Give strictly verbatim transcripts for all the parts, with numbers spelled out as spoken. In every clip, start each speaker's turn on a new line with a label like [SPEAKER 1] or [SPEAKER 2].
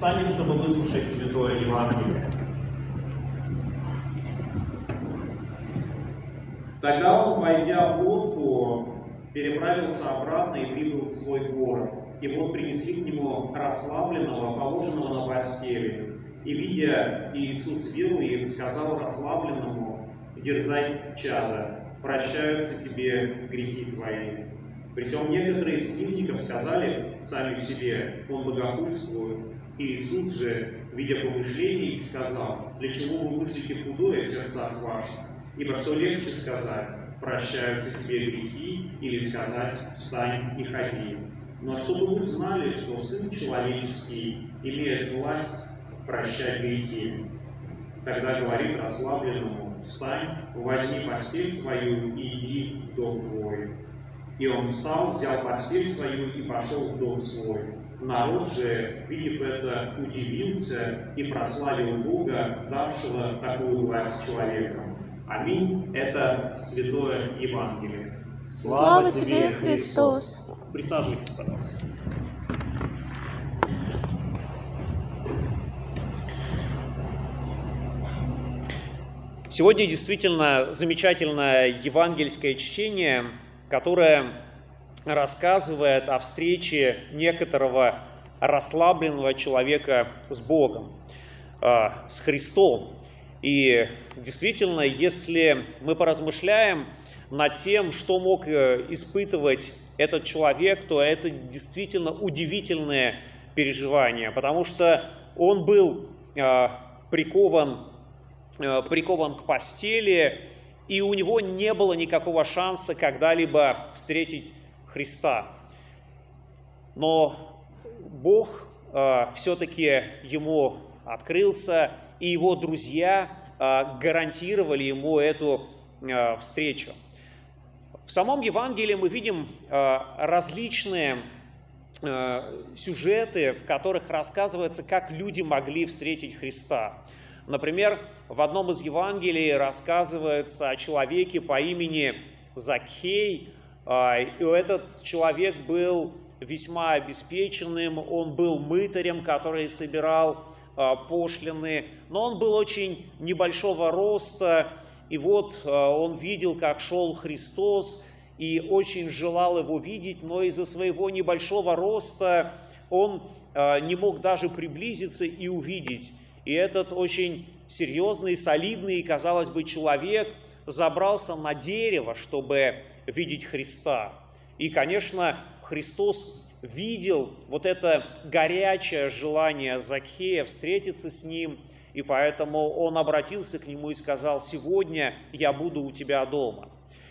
[SPEAKER 1] Встанем, чтобы выслушать Святое Евангелие. Тогда он, войдя в лодку, переправился обратно и прибыл в свой город. И вот принесли к нему расслабленного, положенного на постели. И, видя Иисус веруя, сказал расслабленному: «Дерзай, чадо, прощаются тебе грехи твои». Притом некоторые из книжников сказали сами в себе: «Он богохульствует». Иисус же, видя помышление, сказал: «Для чего вы мыслите худое в сердцах ваших? Ибо что легче сказать: прощаются тебе грехи, или сказать: встань и ходи? Но чтобы вы знали, что Сын Человеческий имеет власть прощать грехи». Тогда говорит расслабленному: «Встань, возьми постель твою и иди в дом твой». И он встал, взял постель свою и пошел в дом свой. Народ же, видев это, удивился и прославил Бога, давшего такую власть человекам. Аминь. Это Святое Евангелие.
[SPEAKER 2] Слава, Слава тебе, Христос!
[SPEAKER 1] Присаживайтесь, пожалуйста. Сегодня действительно замечательное евангельское чтение, которое рассказывает о встрече некоторого расслабленного человека с Богом, с Христом. И действительно, если мы поразмышляем над тем, что мог испытывать этот человек, то это действительно удивительное переживание, потому что он был прикован, прикован к постели, и у него не было никакого шанса когда-либо встретить Христа. Но Бог э, все-таки ему открылся, и его друзья э, гарантировали ему эту э, встречу. В самом Евангелии мы видим э, различные э, сюжеты, в которых рассказывается, как люди могли встретить Христа. Например, в одном из Евангелий рассказывается о человеке по имени Закхей. И этот человек был весьма обеспеченным, он был мытарем, который собирал пошлины, но он был очень небольшого роста, и вот он видел, как шел Христос, и очень желал его видеть, но из-за своего небольшого роста он не мог даже приблизиться и увидеть. И этот очень серьезный, солидный, казалось бы, человек забрался на дерево, чтобы видеть Христа. И, конечно, Христос видел вот это горячее желание Закхея встретиться с ним, и поэтому он обратился к нему и сказал: «Сегодня я буду у тебя дома».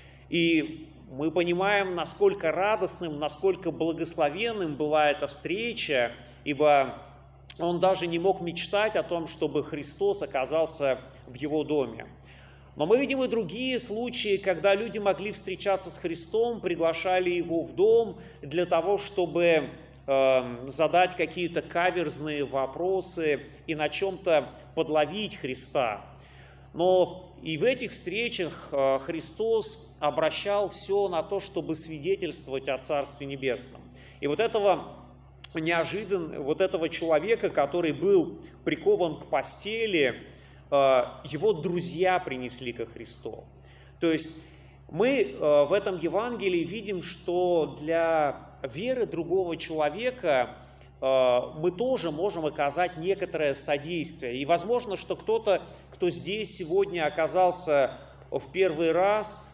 [SPEAKER 1] И мы понимаем, насколько радостным, насколько благословенным была эта встреча, ибо он даже не мог мечтать о том, чтобы Христос оказался в его доме. Но мы видим и другие случаи, когда люди могли встречаться с Христом, приглашали его в дом для того, чтобы э, задать какие-то каверзные вопросы и на чем-то подловить Христа. Но и в этих встречах э, Христос обращал все на то, чтобы свидетельствовать о Царстве Небесном. И вот этого неожиданно, вот этого человека, который был прикован к постели, его друзья принесли ко Христу. То есть мы в этом Евангелии видим, что для веры другого человека мы тоже можем оказать некоторое содействие. И возможно, что кто-то, кто здесь сегодня оказался в первый раз,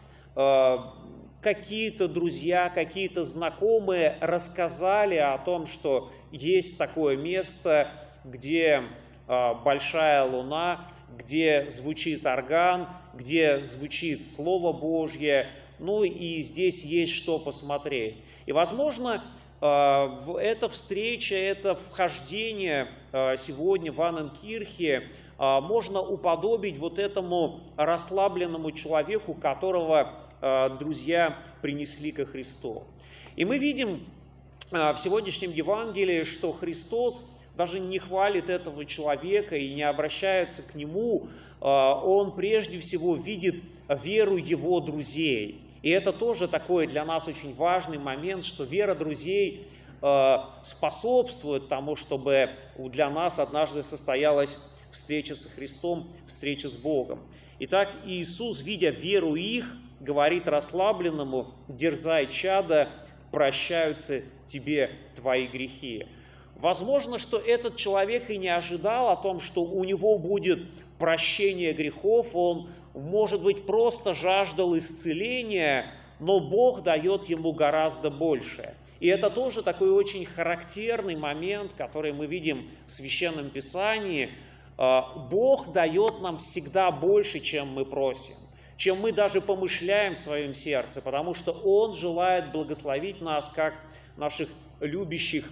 [SPEAKER 1] какие-то друзья, какие-то знакомые рассказали о том, что есть такое место, где большая луна, где звучит орган, где звучит Слово Божье, ну и здесь есть что посмотреть. И, возможно, эта встреча, это вхождение сегодня в Анненкирхе можно уподобить вот этому расслабленному человеку, которого друзья принесли ко Христу. И мы видим в сегодняшнем Евангелии, что Христос даже не хвалит этого человека и не обращается к нему, он прежде всего видит веру его друзей. И это тоже такой для нас очень важный момент, что вера друзей способствует тому, чтобы для нас однажды состоялась встреча со Христом, встреча с Богом. Итак, Иисус, видя веру их, говорит расслабленному: дерзай, чадо, прощаются тебе твои грехи. Возможно, что этот человек и не ожидал о том, что у него будет прощение грехов, он, может быть, просто жаждал исцеления, но Бог дает ему гораздо больше. И это тоже такой очень характерный момент, который мы видим в Священном Писании. Бог дает нам всегда больше, чем мы просим, чем мы даже помышляем в своем сердце, потому что Он желает благословить нас как наших любящих,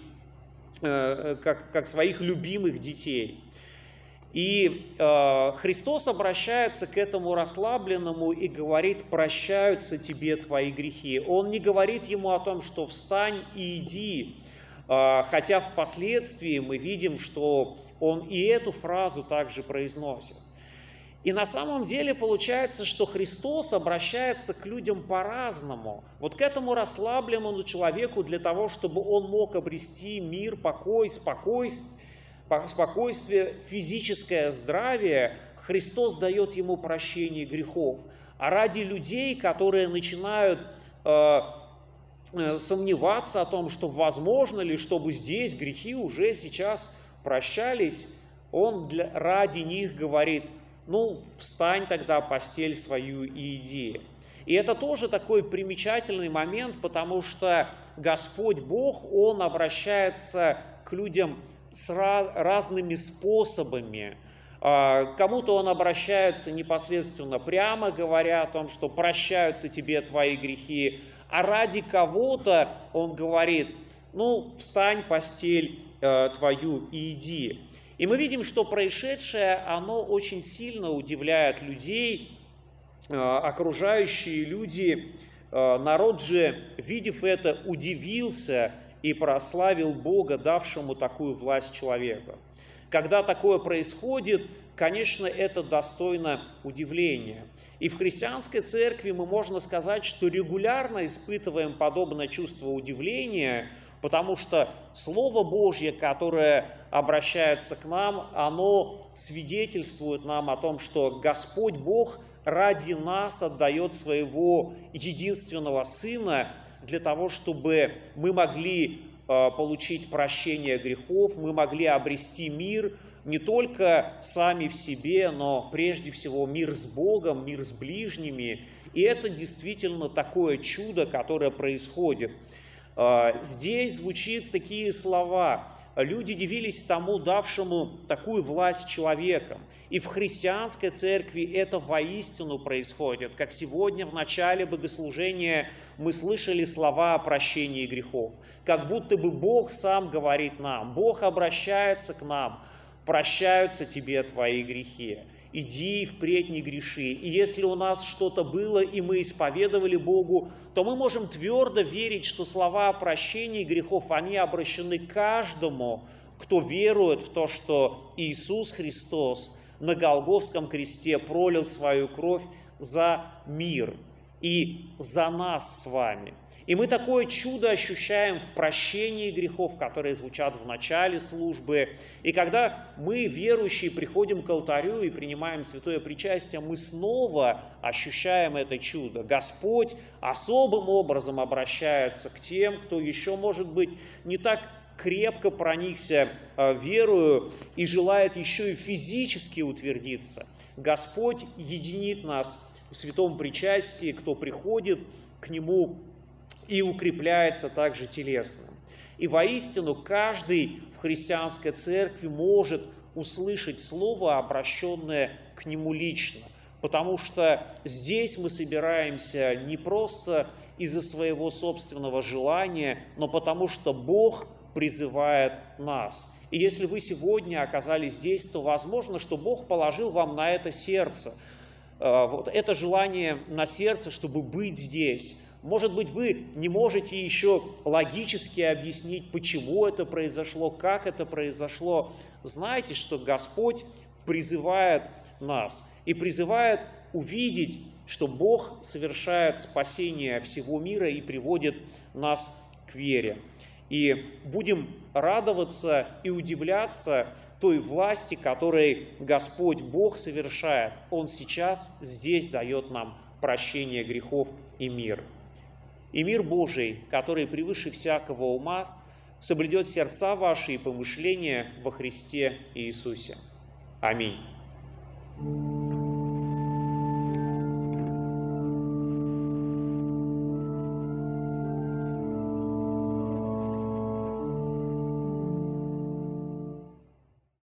[SPEAKER 1] как, как своих любимых детей. И э, Христос обращается к этому расслабленному и говорит: прощаются тебе твои грехи. Он не говорит ему о том, что встань и иди, э, хотя впоследствии мы видим, что он и эту фразу также произносит. И на самом деле получается, что Христос обращается к людям по-разному. Вот к этому расслабленному человеку для того, чтобы он мог обрести мир, покой, спокойствие, спокойствие, физическое здравие, Христос дает ему прощение грехов. А ради людей, которые начинают э, э, сомневаться о том, что возможно ли, чтобы здесь грехи уже сейчас прощались, Он для, ради них говорит: ну, встань тогда, постель свою и иди. И это тоже такой примечательный момент, потому что Господь Бог, Он обращается к людям с разными способами. Кому-то Он обращается непосредственно прямо, говоря о том, что прощаются тебе твои грехи, а ради кого-то Он говорит: ну, встань, постель твою и иди. И мы видим, что происшедшее, оно очень сильно удивляет людей, окружающие люди. Народ же, видев это, удивился и прославил Бога, давшему такую власть человеку. Когда такое происходит, конечно, это достойно удивления. И в христианской церкви мы, можно сказать, что регулярно испытываем подобное чувство удивления, потому что Слово Божье, которое обращается к нам, оно свидетельствует нам о том, что Господь Бог ради нас отдает своего единственного Сына, для того, чтобы мы могли э, получить прощение грехов, мы могли обрести мир не только сами в себе, но прежде всего мир с Богом, мир с ближними. И это действительно такое чудо, которое происходит. Э, здесь звучат такие слова: люди дивились тому, давшему такую власть человеком. И в христианской церкви это воистину происходит. Как сегодня в начале богослужения мы слышали слова о прощении грехов. Как будто бы Бог сам говорит нам, Бог обращается к нам: прощаются тебе твои грехи. Иди и впредь не греши. И если у нас что-то было, и мы исповедовали Богу, то мы можем твердо верить, что слова о прощении грехов, они обращены каждому, кто верует в то, что Иисус Христос на Голгофском кресте пролил свою кровь за мир и за нас с вами. И мы такое чудо ощущаем в прощении грехов, которые звучат в начале службы. И когда мы, верующие, приходим к алтарю и принимаем святое причастие, мы снова ощущаем это чудо. Господь особым образом обращается к тем, кто еще, может быть, не так крепко проникся верою и желает еще и физически утвердиться. Господь единит нас в святом причастии, кто приходит к Нему и укрепляется также телесно. И воистину каждый в христианской церкви может услышать слово, обращенное к нему лично, потому что здесь мы собираемся не просто из-за своего собственного желания, но потому что Бог призывает нас. И если вы сегодня оказались здесь, то возможно, что Бог положил вам на это сердце, вот это желание на сердце, чтобы быть здесь. Может быть, вы не можете еще логически объяснить, почему это произошло, как это произошло. Знайте, что Господь призывает нас и призывает увидеть, что Бог совершает спасение всего мира и приводит нас к вере. и будем радоваться и удивляться той власти, которой Господь Бог совершает. Он сейчас здесь дает нам прощение грехов и мир. И мир Божий, который превыше всякого ума, соблюдет сердца ваши и помышления во Христе Иисусе. Аминь.